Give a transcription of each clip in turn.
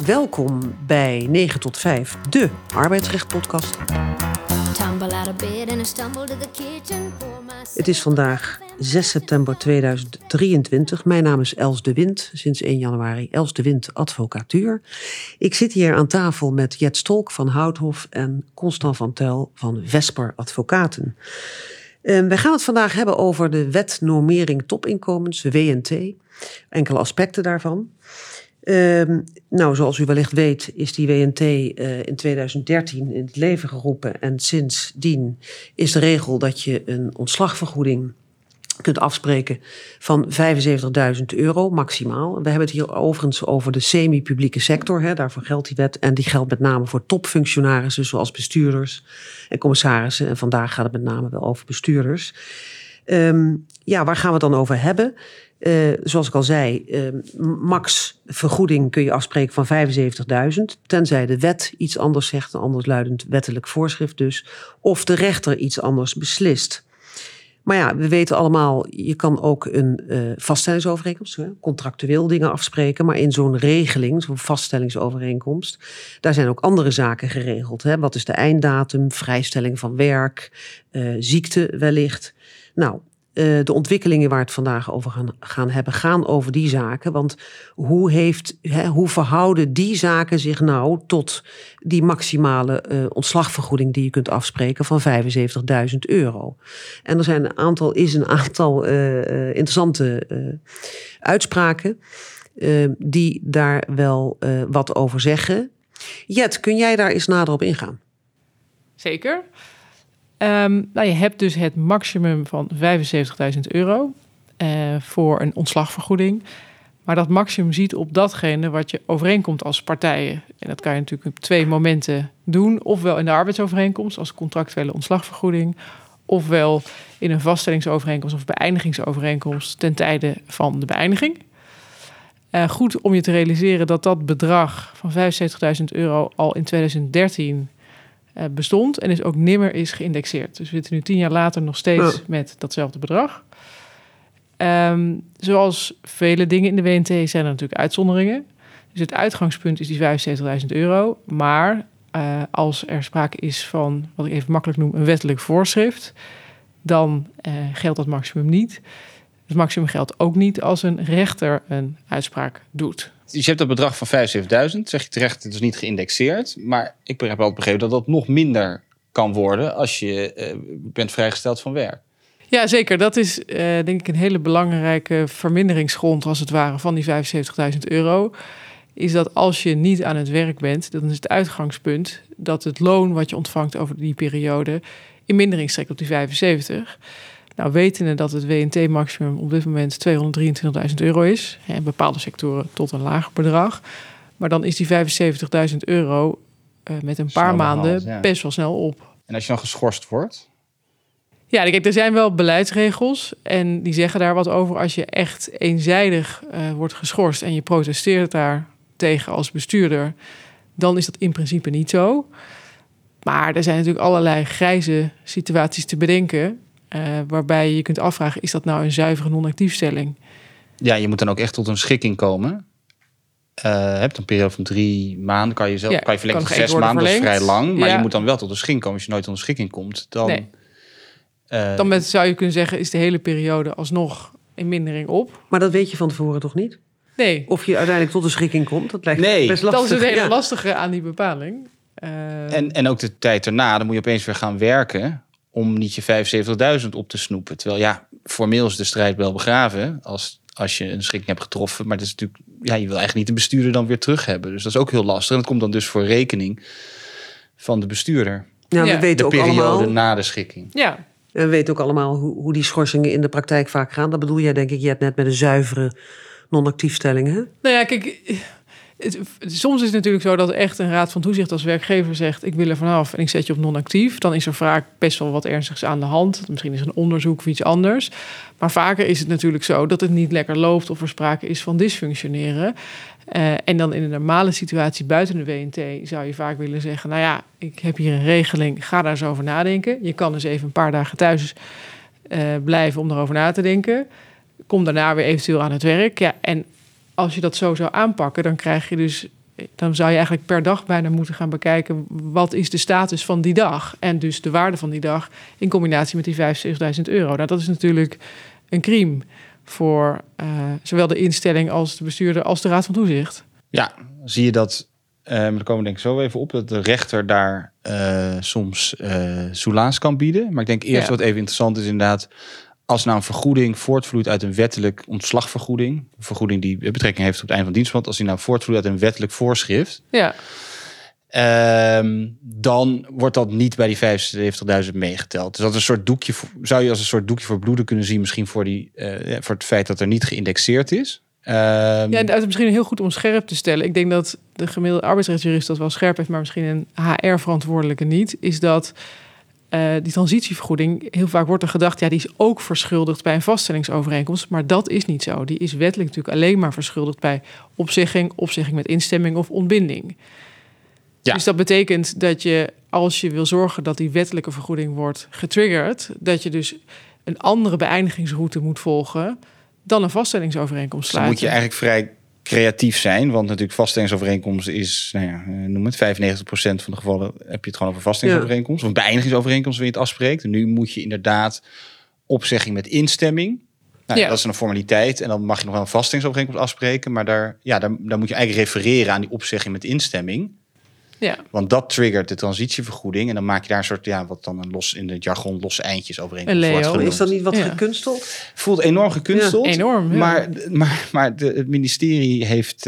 Welkom bij 9 tot 5, de arbeidsrecht-podcast. Het is vandaag 6 september 2023. Mijn naam is Els de Wind, sinds 1 januari Els de Wind advocatuur. Ik zit hier aan tafel met Jet Stolk van Houthoff en Constant van Tuyl van Vesper Advocaten. Wij gaan het vandaag hebben over de wet normering topinkomens, WNT. Enkele aspecten daarvan. Zoals u wellicht weet is die WNT in 2013 in het leven geroepen. En sindsdien is de regel dat je een ontslagvergoeding kunt afspreken van €75.000 maximaal. We hebben het hier overigens over de semi-publieke sector. Daarvoor geldt die wet. En die geldt met name voor topfunctionarissen zoals bestuurders en commissarissen. En vandaag gaat het met name wel over bestuurders. Waar gaan we het dan over hebben? Zoals ik al zei, max vergoeding kun je afspreken van €75.000. Tenzij de wet iets anders zegt, een andersluidend wettelijk voorschrift dus. Of de rechter iets anders beslist. Maar ja, we weten allemaal, je kan ook een vaststellingsovereenkomst, contractueel dingen afspreken. Maar in zo'n regeling, zo'n vaststellingsovereenkomst, daar zijn ook andere zaken geregeld. Wat is de einddatum, vrijstelling van werk, ziekte wellicht. De ontwikkelingen waar het vandaag over gaan hebben, gaan over die zaken. Want hoe verhouden die zaken zich nou tot die maximale ontslagvergoeding die je kunt afspreken van €75.000? En er zijn een aantal interessante uitspraken die daar wel wat over zeggen. Jet, kun jij daar eens nader op ingaan? Zeker. Je hebt dus het maximum van €75.000 voor een ontslagvergoeding. Maar dat maximum ziet op datgene wat je overeenkomt als partijen. En dat kan je natuurlijk op 2 momenten doen. Ofwel in de arbeidsovereenkomst als contractuele ontslagvergoeding. Ofwel in een vaststellingsovereenkomst of beëindigingsovereenkomst ten tijde van de beëindiging. Goed om je te realiseren dat dat bedrag van €75.000 al in 2013... bestond en ook nimmer is geïndexeerd. Dus we zitten nu 10 jaar later nog steeds met datzelfde bedrag. Zoals vele dingen in de WNT zijn er natuurlijk uitzonderingen. Dus het uitgangspunt is die €75.000. Maar als er sprake is van, wat ik even makkelijk noem, een wettelijk voorschrift, dan geldt dat maximum niet. Het maximum geldt ook niet als een rechter een uitspraak doet. Dus je hebt dat bedrag van €75.000, zeg je terecht, het is niet geïndexeerd. Maar ik heb altijd begrepen dat dat nog minder kan worden als je bent vrijgesteld van werk. Ja, zeker. Dat is denk ik een hele belangrijke verminderingsgrond als het ware van die €75.000. Is dat als je niet aan het werk bent, dan is het uitgangspunt dat het loon wat je ontvangt over die periode in mindering strekt op die 75. Nou, wetende dat het WNT-maximum op dit moment €223.000 is. In bepaalde sectoren tot een lager bedrag. Maar dan is die €75.000 met een paar maanden best wel snel op. En als je dan geschorst wordt? Ja, kijk, er zijn wel beleidsregels. En die zeggen daar wat over. Als je echt eenzijdig wordt geschorst en je protesteert daar tegen als bestuurder, dan is dat in principe niet zo. Maar er zijn natuurlijk allerlei grijze situaties te bedenken, waarbij je kunt afvragen, is dat nou een zuivere non-actiefstelling? Ja, je moet dan ook echt tot een schikking komen. Hebt een periode van 3 maanden, kan je verlengen tot 6 maanden, dat is vrij lang. Maar je moet dan wel tot een schikking komen. Als je nooit tot een schikking komt, dan... Nee. Dan zou je kunnen zeggen, is de hele periode alsnog in mindering op. Maar dat weet je van tevoren toch niet? Nee. Of je uiteindelijk tot een schikking komt, dat lijkt best lastig. Dat is het hele lastige aan die bepaling. En ook de tijd erna, dan moet je opeens weer gaan werken om niet je €75.000 op te snoepen. Terwijl formeel is de strijd wel begraven als je een schikking hebt getroffen. Maar dat is natuurlijk, je wil eigenlijk niet de bestuurder dan weer terug hebben. Dus dat is ook heel lastig. En dat komt dan dus voor rekening van de bestuurder. Ja, we weten de ook periode allemaal na de schikking. Ja. En we weten ook allemaal hoe die schorsingen in de praktijk vaak gaan. Dat bedoel jij denk ik net met een zuivere non-actiefstelling, hè? Nou ja, kijk, soms is het natuurlijk zo dat echt een raad van toezicht als werkgever zegt, ik wil er vanaf en ik zet je op non-actief. Dan is er vaak best wel wat ernstigs aan de hand. Misschien is er een onderzoek of iets anders. Maar vaker is het natuurlijk zo dat het niet lekker loopt of er sprake is van dysfunctioneren. En dan in een normale situatie buiten de WNT zou je vaak willen zeggen, nou ja, ik heb hier een regeling, ga daar eens over nadenken. Je kan dus even een paar dagen thuis blijven om erover na te denken. Kom daarna weer eventueel aan het werk. Ja, en als je dat zo zou aanpakken, dan krijg je dus dan zou je eigenlijk per dag bijna moeten gaan bekijken wat is de status van die dag en dus de waarde van die dag in combinatie met die €75.000. Nou, dat is natuurlijk een crime voor zowel de instelling als de bestuurder als de Raad van Toezicht. Ja, zie je dat, maar daar komen we denk ik zo even op, dat de rechter daar soms soelaas kan bieden. Maar ik denk eerst wat even interessant is inderdaad, als nou een vergoeding voortvloeit uit een wettelijk ontslagvergoeding, een vergoeding die betrekking heeft op het einde van dienstverband, als die nou voortvloeit uit een wettelijk voorschrift, dan wordt dat niet bij die 75.000 meegeteld. Dus dat is een soort doekje, zou je als een soort doekje voor bloeden kunnen zien, misschien voor het feit dat er niet geïndexeerd is. Ja, het is misschien heel goed om scherp te stellen. Ik denk dat de gemiddelde arbeidsrechtsjurist dat wel scherp heeft, maar misschien een HR-verantwoordelijke niet, is dat die transitievergoeding, heel vaak wordt er gedacht, ja, die is ook verschuldigd bij een vaststellingsovereenkomst, maar dat is niet zo. Die is wettelijk natuurlijk alleen maar verschuldigd bij opzegging met instemming of ontbinding. Ja. Dus dat betekent dat je, als je wil zorgen dat die wettelijke vergoeding wordt getriggerd, dat je dus een andere beëindigingsroute moet volgen dan een vaststellingsovereenkomst sluiten. Dus dan moet je eigenlijk vrij creatief zijn, want natuurlijk vaststellingsovereenkomst is, noem het 95% van de gevallen heb je het gewoon over vaststellingsovereenkomst. Of een beëindigingsovereenkomst wanneer je het afspreekt. En nu moet je inderdaad opzegging met instemming. Nou, dat is een formaliteit en dan mag je nog wel een vaststellingsovereenkomst afspreken, maar daar moet je eigenlijk refereren aan die opzegging met instemming. Ja. Want dat triggert de transitievergoeding en dan maak je daar een soort, wat dan een los in het jargon losse eindjes overeenkomst wordt genoemd. Is dat niet wat gekunsteld? Voelt enorm gekunsteld. Ja, enorm. Ja. Maar het ministerie heeft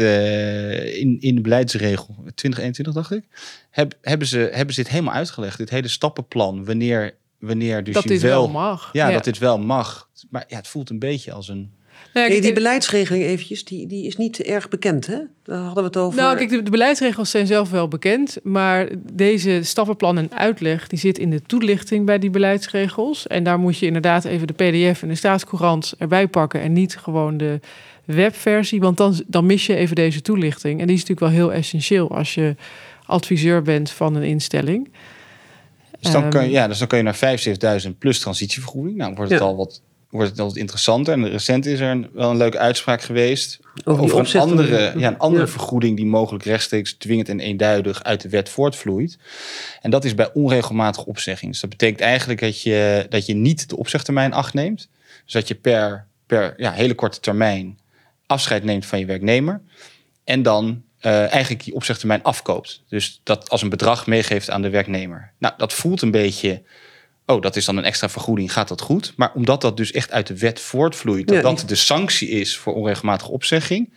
in de beleidsregel 2021, dacht ik, hebben ze dit helemaal uitgelegd. Dit hele stappenplan, wanneer dus dat je dit wel mag. Ja, dat dit wel mag. Maar het voelt een beetje als een... Die beleidsregeling eventjes, die is niet erg bekend, hè? Daar hadden we het over. Nou, kijk, de beleidsregels zijn zelf wel bekend, maar deze stappenplan en uitleg, die zit in de toelichting bij die beleidsregels. En daar moet je inderdaad even de PDF en de Staatscourant erbij pakken en niet gewoon de webversie, want dan mis je even deze toelichting. En die is natuurlijk wel heel essentieel als je adviseur bent van een instelling. Dus dan kan je naar 75.000 plus transitievergoeding. Nou, wordt het al wat interessanter. En recent is er wel een leuke uitspraak geweest over een andere vergoeding die mogelijk rechtstreeks dwingend en eenduidig uit de wet voortvloeit. En dat is bij onregelmatige opzegging. Dus dat betekent eigenlijk dat je niet de opzegtermijn acht neemt. Dus dat je per hele korte termijn afscheid neemt van je werknemer. En dan eigenlijk die opzegtermijn afkoopt. Dus dat als een bedrag meegeeft aan de werknemer. Nou, dat voelt een beetje... dat is dan een extra vergoeding, gaat dat goed? Maar omdat dat dus echt uit de wet voortvloeit, dat de sanctie is voor onregelmatige opzegging,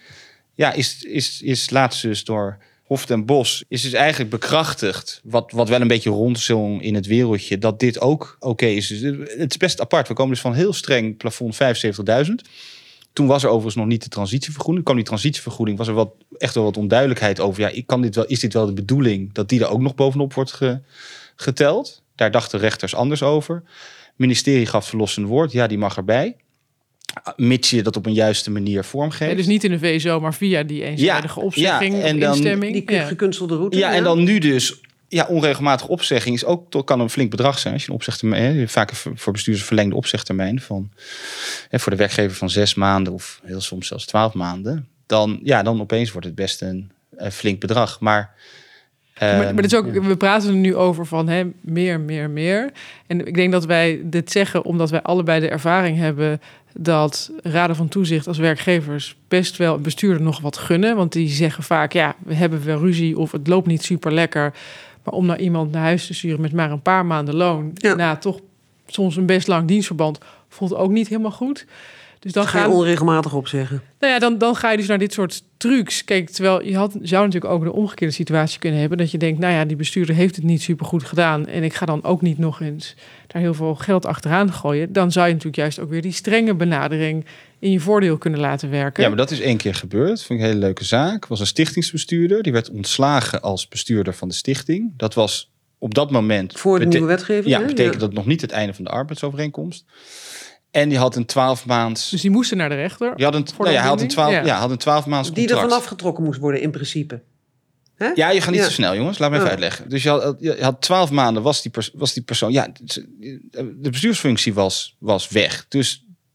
is laatst dus door Hof ten Bos, is dus eigenlijk bekrachtigd, wat wel een beetje rondzong in het wereldje, dat dit ook oké is. Dus het is best apart. We komen dus van een heel streng plafond 75.000. Toen was er overigens nog niet de transitievergoeding. Kwam die transitievergoeding, was er echt wel wat onduidelijkheid over. Is dit wel de bedoeling dat die er ook nog bovenop wordt geteld? Daar dachten rechters anders over. Het ministerie gaf verlossend woord. Ja, die mag erbij. Mits je dat op een juiste manier vormgeeft. Ja, dus niet in de VSO, maar via die eenzijdige opzegging, en dan, instemming. Die gekunstelde route. Ja, en dan nu dus... Ja, onregelmatige opzegging kan een flink bedrag zijn. Als je een opzegtermijn, vaak voor bestuurders verlengde opzegtermijn van voor de werkgever van 6 maanden of heel soms zelfs 12 maanden. Dan opeens wordt het best een flink bedrag. Maar dit is ook, we praten er nu over van meer. En ik denk dat wij dit zeggen omdat wij allebei de ervaring hebben dat raden van toezicht als werkgevers best wel een bestuurder nog wat gunnen. Want die zeggen vaak, we hebben wel ruzie of het loopt niet super lekker. Maar om nou iemand naar huis te sturen met maar een paar maanden loon, na toch soms een best lang dienstverband, voelt ook niet helemaal goed. Dus dan ga je onregelmatig opzeggen. Nou ja, dan ga je dus naar dit soort trucs. Kijk, terwijl zou natuurlijk ook de omgekeerde situatie kunnen hebben, dat je denkt, die bestuurder heeft het niet super goed gedaan en ik ga dan ook niet nog eens daar heel veel geld achteraan gooien. Dan zou je natuurlijk juist ook weer die strenge benadering in je voordeel kunnen laten werken. Ja, maar dat is 1 keer gebeurd. Dat vond ik een hele leuke zaak. Was een stichtingsbestuurder. Die werd ontslagen als bestuurder van de stichting. Dat was op dat moment... Voor de nieuwe wetgeving? Ja, betekent dat nog niet het einde van de arbeidsovereenkomst. En die had een 12-maands... Dus die moesten naar de rechter? Hij had een 12-maands contract. Die er vanaf getrokken moest worden in principe. Hè? Ja, je gaat niet te snel, jongens. Laat me even uitleggen. Dus je had 12 maanden was die persoon... Ja, de bestuursfunctie was weg. Dus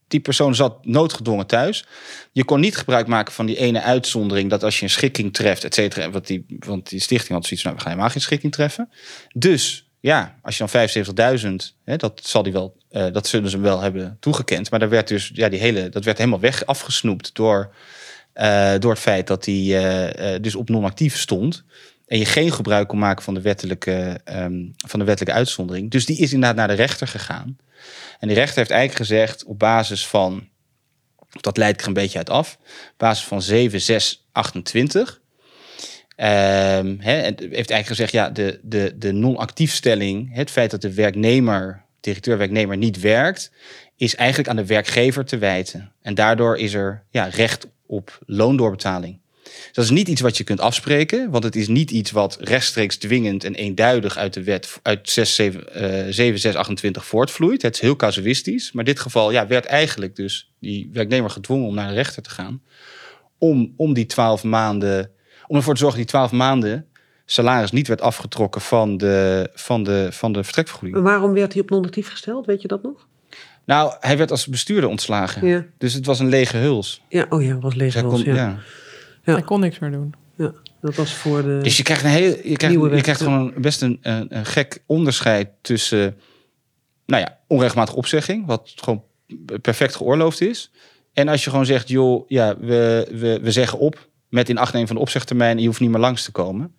die persoon zat noodgedwongen thuis. Je kon niet gebruik maken van die ene uitzondering dat als je een schikking treft, et cetera. Want die stichting had zoiets van, we gaan helemaal geen schikking treffen. Dus ja, als je dan 75.000, dat zullen ze hem wel hebben toegekend. Maar daar werd dus, dat werd helemaal afgesnoept door het feit dat hij dus op non-actief stond. En je geen gebruik kon maken van de wettelijke uitzondering. Dus die is inderdaad naar de rechter gegaan. En de rechter heeft eigenlijk gezegd op basis van, dat leidt er een beetje uit af, op basis van 7.6.28. Het heeft eigenlijk gezegd, ja, de non-actiefstelling, het feit dat de directeur-werknemer niet werkt, is eigenlijk aan de werkgever te wijten. En daardoor is er recht op loondoorbetaling. Dus dat is niet iets wat je kunt afspreken, want het is niet iets wat rechtstreeks dwingend en eenduidig uit de wet uit 7628 voortvloeit. Het is heel casuïstisch, maar in dit geval werd eigenlijk dus die werknemer gedwongen om naar de rechter te gaan. Om die 12 maanden, om ervoor te zorgen dat die 12 maanden salaris niet werd afgetrokken van de vertrekvergoeding. Maar waarom werd hij op non-actief gesteld? Weet je dat nog? Nou, hij werd als bestuurder ontslagen. Ja. Dus het was een lege huls. Ja, was lege huls, Hij kon niks meer doen. Ja, dat was voor de. Dus je krijgt je krijgt gewoon best een gek onderscheid tussen, onrechtmatige opzegging, wat gewoon perfect geoorloofd is. En als je gewoon zegt, joh, we zeggen op met in acht nemen van de opzegtermijn en je hoeft niet meer langs te komen.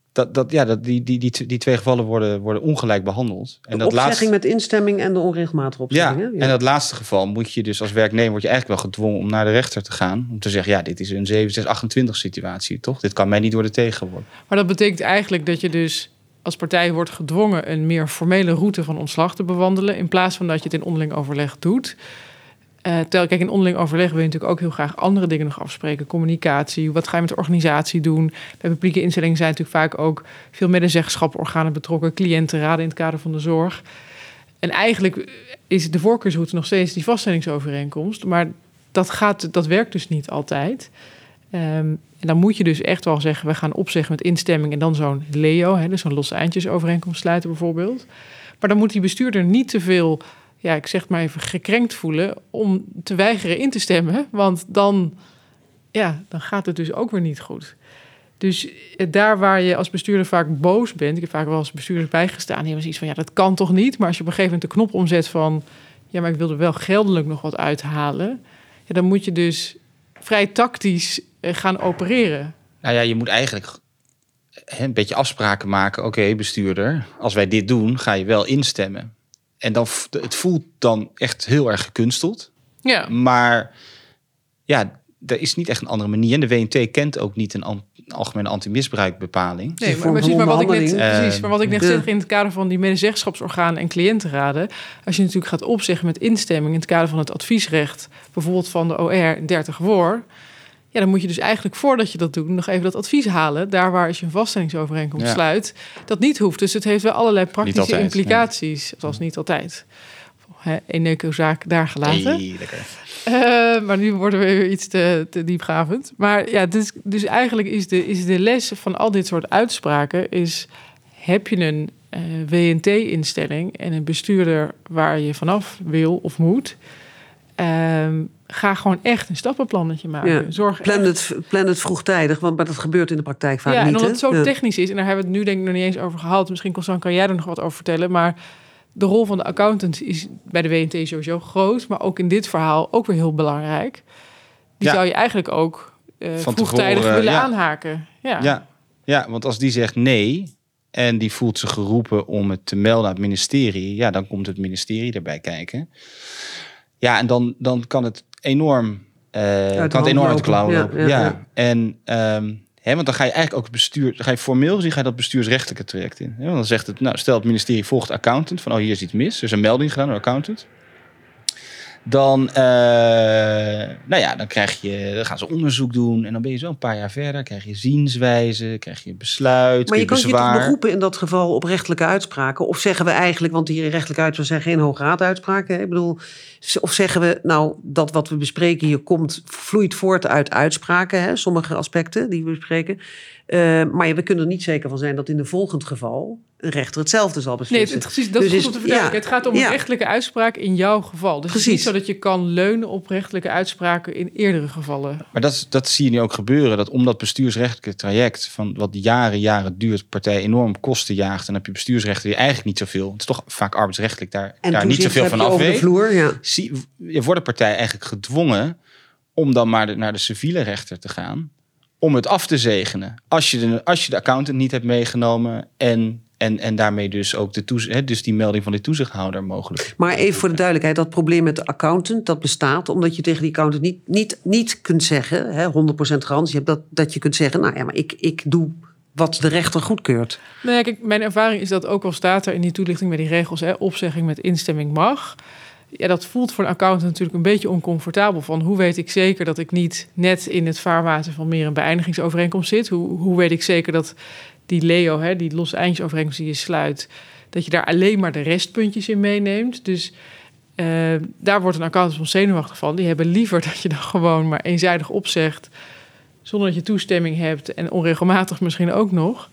Die twee gevallen worden ongelijk behandeld. En de opzegging met instemming en de onregelmatige opzegging. Ja, en dat laatste geval moet je dus als werknemer word je eigenlijk wel gedwongen om naar de rechter te gaan. Om te zeggen, dit is een 7628 situatie, toch? Dit kan mij niet worden tegengeworpen. Maar dat betekent eigenlijk dat je dus als partij wordt gedwongen een meer formele route van ontslag te bewandelen, in plaats van dat je het in onderling overleg doet. Terwijl, in onderling overleg wil je natuurlijk ook heel graag andere dingen nog afspreken. Communicatie, wat ga je met de organisatie doen? Bij publieke instellingen zijn natuurlijk vaak ook veel medezeggenschapsorganen betrokken, cliëntenraden in het kader van de zorg. En eigenlijk is de voorkeursroute nog steeds die vaststellingsovereenkomst, maar dat werkt dus niet altijd. En dan moet je dus echt wel zeggen, we gaan opzeggen met instemming en dan zo'n LEO, dus zo'n losse eindjesovereenkomst sluiten bijvoorbeeld. Maar dan moet die bestuurder niet te veel, ik zeg het maar even, gekrenkt voelen om te weigeren in te stemmen. Want dan gaat het dus ook weer niet goed. Dus daar waar je als bestuurder vaak boos bent, ik heb vaak wel als bestuurders bijgestaan, die hebben zoiets van, dat kan toch niet? Maar als je op een gegeven moment de knop omzet van, maar ik wil er wel geldelijk nog wat uithalen, dan moet je dus vrij tactisch gaan opereren. Nou ja, je moet eigenlijk een beetje afspraken maken. Oké, bestuurder, als wij dit doen, ga je wel instemmen. En dan, het voelt dan echt heel erg gekunsteld. Ja. Maar er is niet echt een andere manier. En de WNT kent ook niet een algemene antimisbruikbepaling. Nee, maar wat ik net zeg in het kader van die medezeggenschapsorganen en cliëntenraden, als je natuurlijk gaat opzeggen met instemming in het kader van het adviesrecht, bijvoorbeeld van de OR 30 woor, dan moet je dus eigenlijk voordat je dat doet nog even dat advies halen. Daar waar als je een vaststellingsovereenkomst sluit, dat niet hoeft. Dus het heeft wel allerlei praktische implicaties. Nee. Zoals niet altijd. Een neukozaak daar gelaten. Hey, lekker. Maar nu worden we weer iets te diepgravend. Maar dus eigenlijk is de les van al dit soort uitspraken is, heb je een WNT-instelling en een bestuurder waar je vanaf wil of moet, ga gewoon echt een stappenplannetje maken. Ja, plan het vroegtijdig, maar dat gebeurt in de praktijk vaak niet. En omdat het zo technisch is, en daar hebben we het nu denk ik nog niet eens over gehad. Misschien, Constant, kan jij er nog wat over vertellen. Maar de rol van de accountant is bij de WNT sowieso groot, maar ook in dit verhaal ook weer heel belangrijk. Die zou je eigenlijk ook vroegtijdig willen aanhaken. Ja, want als die zegt nee en die voelt zich geroepen om het te melden aan het ministerie, dan komt het ministerie erbij kijken. Ja, en dan kan het enorm uit de klauwen lopen. Ja. En want dan ga je eigenlijk ook het bestuur, dan ga je formeel gezien dat bestuursrechtelijke traject in. Want dan zegt het, stel het ministerie volgt de accountant van, hier is iets mis, er is een melding gedaan door de accountant. Dan, dan gaan ze onderzoek doen en dan ben je zo een paar jaar verder, krijg je zienswijze, krijg je besluit, maar je kan bezwaar. je toch beroepen in dat geval op rechtelijke uitspraken? Of zeggen we eigenlijk, want hier in rechtelijke uitspraken zijn geen Hoge Raad uitspraken. Hè? Ik bedoel, of zeggen we dat wat we bespreken hier vloeit voort uit uitspraken, hè? Sommige aspecten die we bespreken. Maar we kunnen er niet zeker van zijn dat in een volgend geval een rechter hetzelfde zal Nee, beslissen. precies, dat is goed om te verduidelijken. Het gaat om een ja. rechtelijke uitspraak in jouw geval. Dus het is niet zo dat je kan leunen op rechtelijke uitspraken in eerdere gevallen. Maar dat zie je nu ook gebeuren. Dat om dat bestuursrechtelijke traject van wat jaren duurt, partij enorm kosten jaagt. En dan heb je bestuursrechter die eigenlijk niet zoveel. Het is toch vaak arbeidsrechtelijk daar niet zoveel van af weet. Je wordt de partij eigenlijk gedwongen om dan maar naar de civiele rechter te gaan. Om het af te zegenen. Als je de accountant niet hebt meegenomen en daarmee dus ook dus die melding van de toezichthouder mogelijk. Maar even voor de duidelijkheid, dat probleem met de accountant, dat bestaat omdat je tegen die accountant niet kunt zeggen, 100% garantie hebt, dat je kunt zeggen, nou ja, maar ik doe wat de rechter goedkeurt. Nee, kijk, mijn ervaring is dat ook al staat er in die toelichting met die regels, opzegging met instemming mag. Ja, dat voelt voor een accountant natuurlijk een beetje oncomfortabel. Van hoe weet ik zeker dat ik niet net in het vaarwater van meer een beëindigingsovereenkomst zit? Hoe weet ik zeker dat die LEO, die losse eindjesovereenkomst die je sluit, dat je daar alleen maar de restpuntjes in meeneemt. Dus daar wordt een accountant soms zenuwachtig van. Die hebben liever dat je dan gewoon maar eenzijdig opzegt, zonder dat je toestemming hebt en onregelmatig misschien ook nog,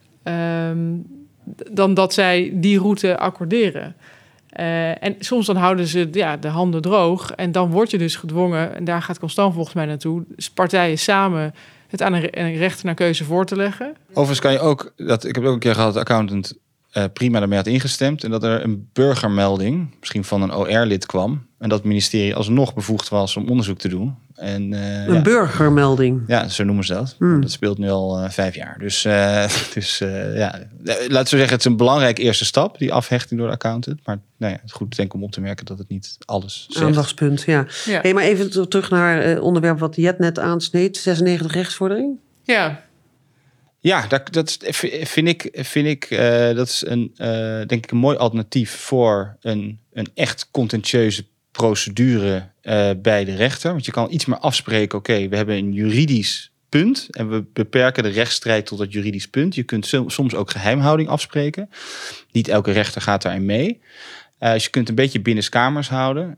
dan dat zij die route accorderen. En soms dan houden ze de handen droog. En dan word je dus gedwongen, en daar gaat Constant volgens mij naartoe, dus partijen samen het aan een rechter naar keuze voor te leggen. Overigens kan je ook, ik heb ook een keer gehad dat de accountant prima daarmee had ingestemd. En dat er een burgermelding, misschien van een OR-lid kwam. En dat het ministerie alsnog bevoegd was om onderzoek te doen. En, een burgermelding? Ja, zo noemen ze dat. Dat speelt nu al 5 jaar. Dus laten we zeggen, het is een belangrijke eerste stap, die afhechting door de accountant. Maar nou ja, het is goed denk ik om op te merken dat het niet alles zegt. Aandachtspunt, ja. Hey, maar even terug naar het onderwerp wat Jet net aansneed. 96 rechtsvordering? Ja, dat vind ik dat is denk ik een mooi alternatief voor een echt contentieuze procedure bij de rechter. Want je kan iets meer afspreken, oké, we hebben een juridisch punt en we beperken de rechtsstrijd tot dat juridisch punt. Je kunt soms ook geheimhouding afspreken. Niet elke rechter gaat daarin mee. Dus je kunt een beetje binnenskamers houden.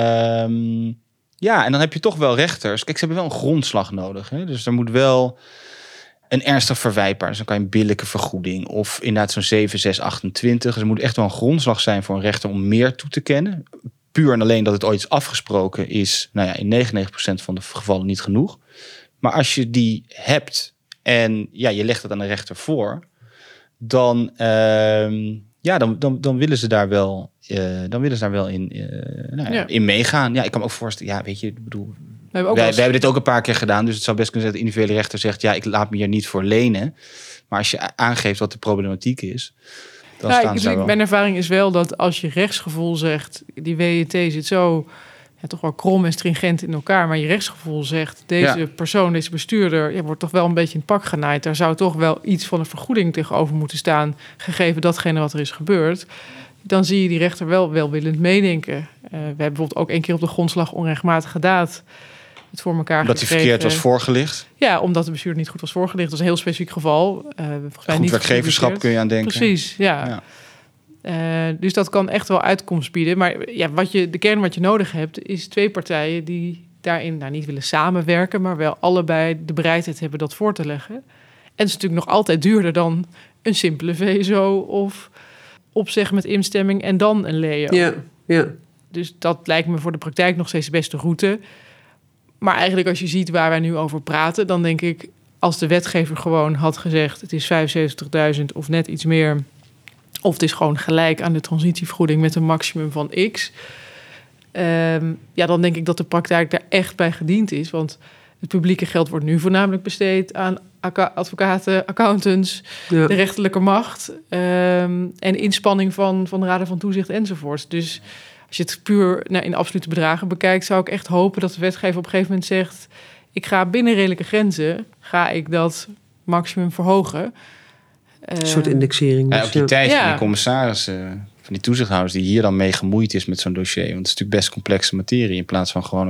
En dan heb je toch wel rechters. Kijk, ze hebben wel een grondslag nodig. Hè? Dus er moet wel een ernstig verwijtbaar. Dus dan kan je een billijke vergoeding. Of inderdaad zo'n 7628. Dus er moet echt wel een grondslag zijn voor een rechter om meer toe te kennen. Puur en alleen dat het ooit is afgesproken is, in 99% van de gevallen niet genoeg. Maar als je die hebt en je legt het aan de rechter voor, dan willen ze daar wel, in meegaan. Ja, ik kan me ook voorstellen, ik bedoel, wij hebben dit ook een paar keer gedaan, dus het zou best kunnen zijn dat de individuele rechter zegt, ik laat me hier niet voor lenen. Maar als je aangeeft wat de problematiek is, dan staan ze wel. Mijn ervaring is wel dat als je rechtsgevoel zegt, die WET zit zo toch wel krom en stringent in elkaar, maar je rechtsgevoel zegt, deze persoon, deze bestuurder, wordt toch wel een beetje in het pak genaaid. Daar zou toch wel iets van een vergoeding tegenover moeten staan, gegeven datgene wat er is gebeurd. Dan zie je die rechter wel welwillend meedenken. We hebben bijvoorbeeld ook 1 keer op de grondslag onrechtmatige daad het voor elkaar omdat hij verkeerd was voorgelicht? Ja, omdat de bestuurder niet goed was voorgelicht. Dat is een heel specifiek geval. Goed werkgeverschap kun je aan denken. Precies, ja. Dus dat kan echt wel uitkomst bieden. Maar de kern wat je nodig hebt, is 2 partijen die daarin niet willen samenwerken, maar wel allebei de bereidheid hebben dat voor te leggen. En het is natuurlijk nog altijd duurder dan een simpele VSO of opzeggen met instemming en dan een LEO. Ja. Dus dat lijkt me voor de praktijk nog steeds de beste route. Maar eigenlijk als je ziet waar wij nu over praten, dan denk ik, als de wetgever gewoon had gezegd, het is 75.000 of net iets meer, of het is gewoon gelijk aan de transitievergoeding met een maximum van X. Dan denk ik dat de praktijk daar echt bij gediend is. Want het publieke geld wordt nu voornamelijk besteed aan advocaten, accountants, de rechterlijke macht en inspanning van raden van toezicht enzovoort. Dus als je het puur in absolute bedragen bekijkt, zou ik echt hopen dat de wetgever op een gegeven moment zegt, ik ga binnen redelijke grenzen, ga ik dat maximum verhogen. Een soort indexering. Dus, ook die tijd van die commissarissen, van die toezichthouders die hier dan mee gemoeid is met zo'n dossier. Want het is natuurlijk best complexe materie. In plaats van gewoon,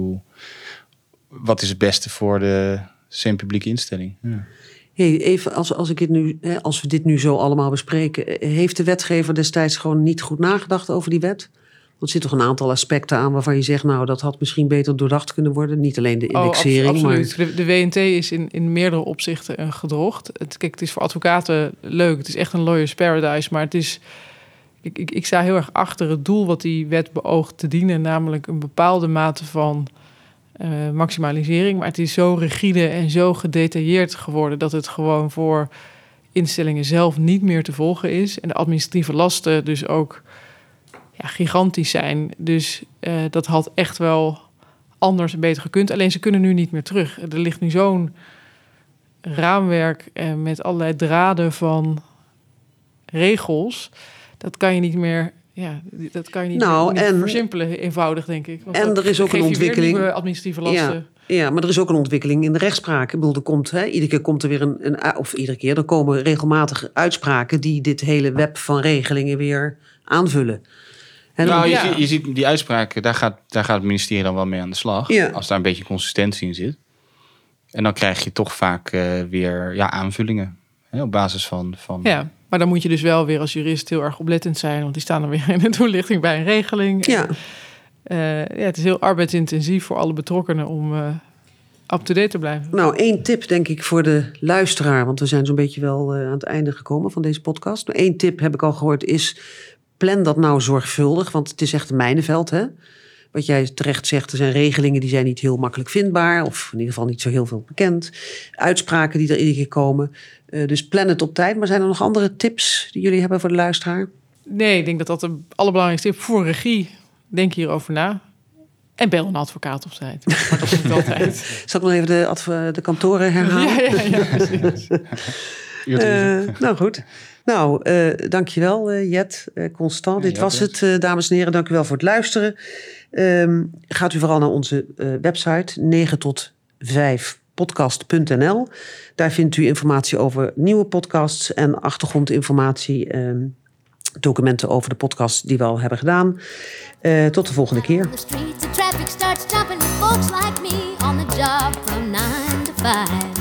wat is het beste voor de semi-publieke instelling? Ja. Hey, even als we dit nu zo allemaal bespreken, heeft de wetgever destijds gewoon niet goed nagedacht over die wet? er zitten toch een aantal aspecten aan waarvan je zegt, nou, dat had misschien beter doordacht kunnen worden. Niet alleen de indexering. Absoluut. Maar... De WNT is in meerdere opzichten een gedrocht. Kijk, het is voor advocaten leuk. Het is echt een lawyer's paradise. Maar het is... Ik sta heel erg achter het doel wat die wet beoogt te dienen. Namelijk een bepaalde mate van maximalisering. Maar het is zo rigide en zo gedetailleerd geworden... dat het gewoon voor instellingen zelf niet meer te volgen is. En de administratieve lasten dus ook gigantisch zijn. Dus dat had echt wel anders en beter gekund. Alleen ze kunnen nu niet meer terug. Er ligt nu zo'n raamwerk met allerlei draden van regels. Dat kan je niet meer... Ja, dat kan je niet versimpelen, eenvoudig, denk ik. Want en er is ook een ontwikkeling... Nieuwe administratieve lasten. Ja, maar er is ook een ontwikkeling in de rechtspraak. Ik bedoel, er komt, iedere keer komt er weer er komen regelmatig uitspraken die dit hele web van regelingen weer aanvullen. Je ziet die uitspraken, daar gaat het ministerie dan wel mee aan de slag. Ja. Als daar een beetje consistentie in zit. En dan krijg je toch vaak weer aanvullingen. Op basis van... Ja, maar dan moet je dus wel weer als jurist heel erg oplettend zijn. Want die staan dan weer in de toelichting bij een regeling. Ja. Het is heel arbeidsintensief voor alle betrokkenen om up-to-date te blijven. Nou, 1 tip denk ik voor de luisteraar. Want we zijn zo'n beetje wel aan het einde gekomen van deze podcast. 1 tip heb ik al gehoord is... plan dat nou zorgvuldig, want het is echt een mijnenveld, hè? Wat jij terecht zegt, er zijn regelingen die zijn niet heel makkelijk vindbaar... of in ieder geval niet zo heel veel bekend. Uitspraken die er iedere keer komen. Dus plan het op tijd. Maar zijn er nog andere tips die jullie hebben voor de luisteraar? Nee, ik denk dat de allerbelangrijkste tip voor regie... Denk hierover na. En bel een advocaat op tijd. Maar dat is niet altijd. Zal ik nog even de kantoren herhalen? Ja, precies. Nou goed. Nou, dankjewel Jet, Constant. Dit was het, dames en heren. Dank u wel voor het luisteren. Gaat u vooral naar onze website 9tot5podcast.nl. Daar vindt u informatie over nieuwe podcasts en achtergrondinformatie... documenten over de podcast die we al hebben gedaan. Tot de volgende keer. The streets of traffic starts jumping with folks like me on the job from 9 to 5.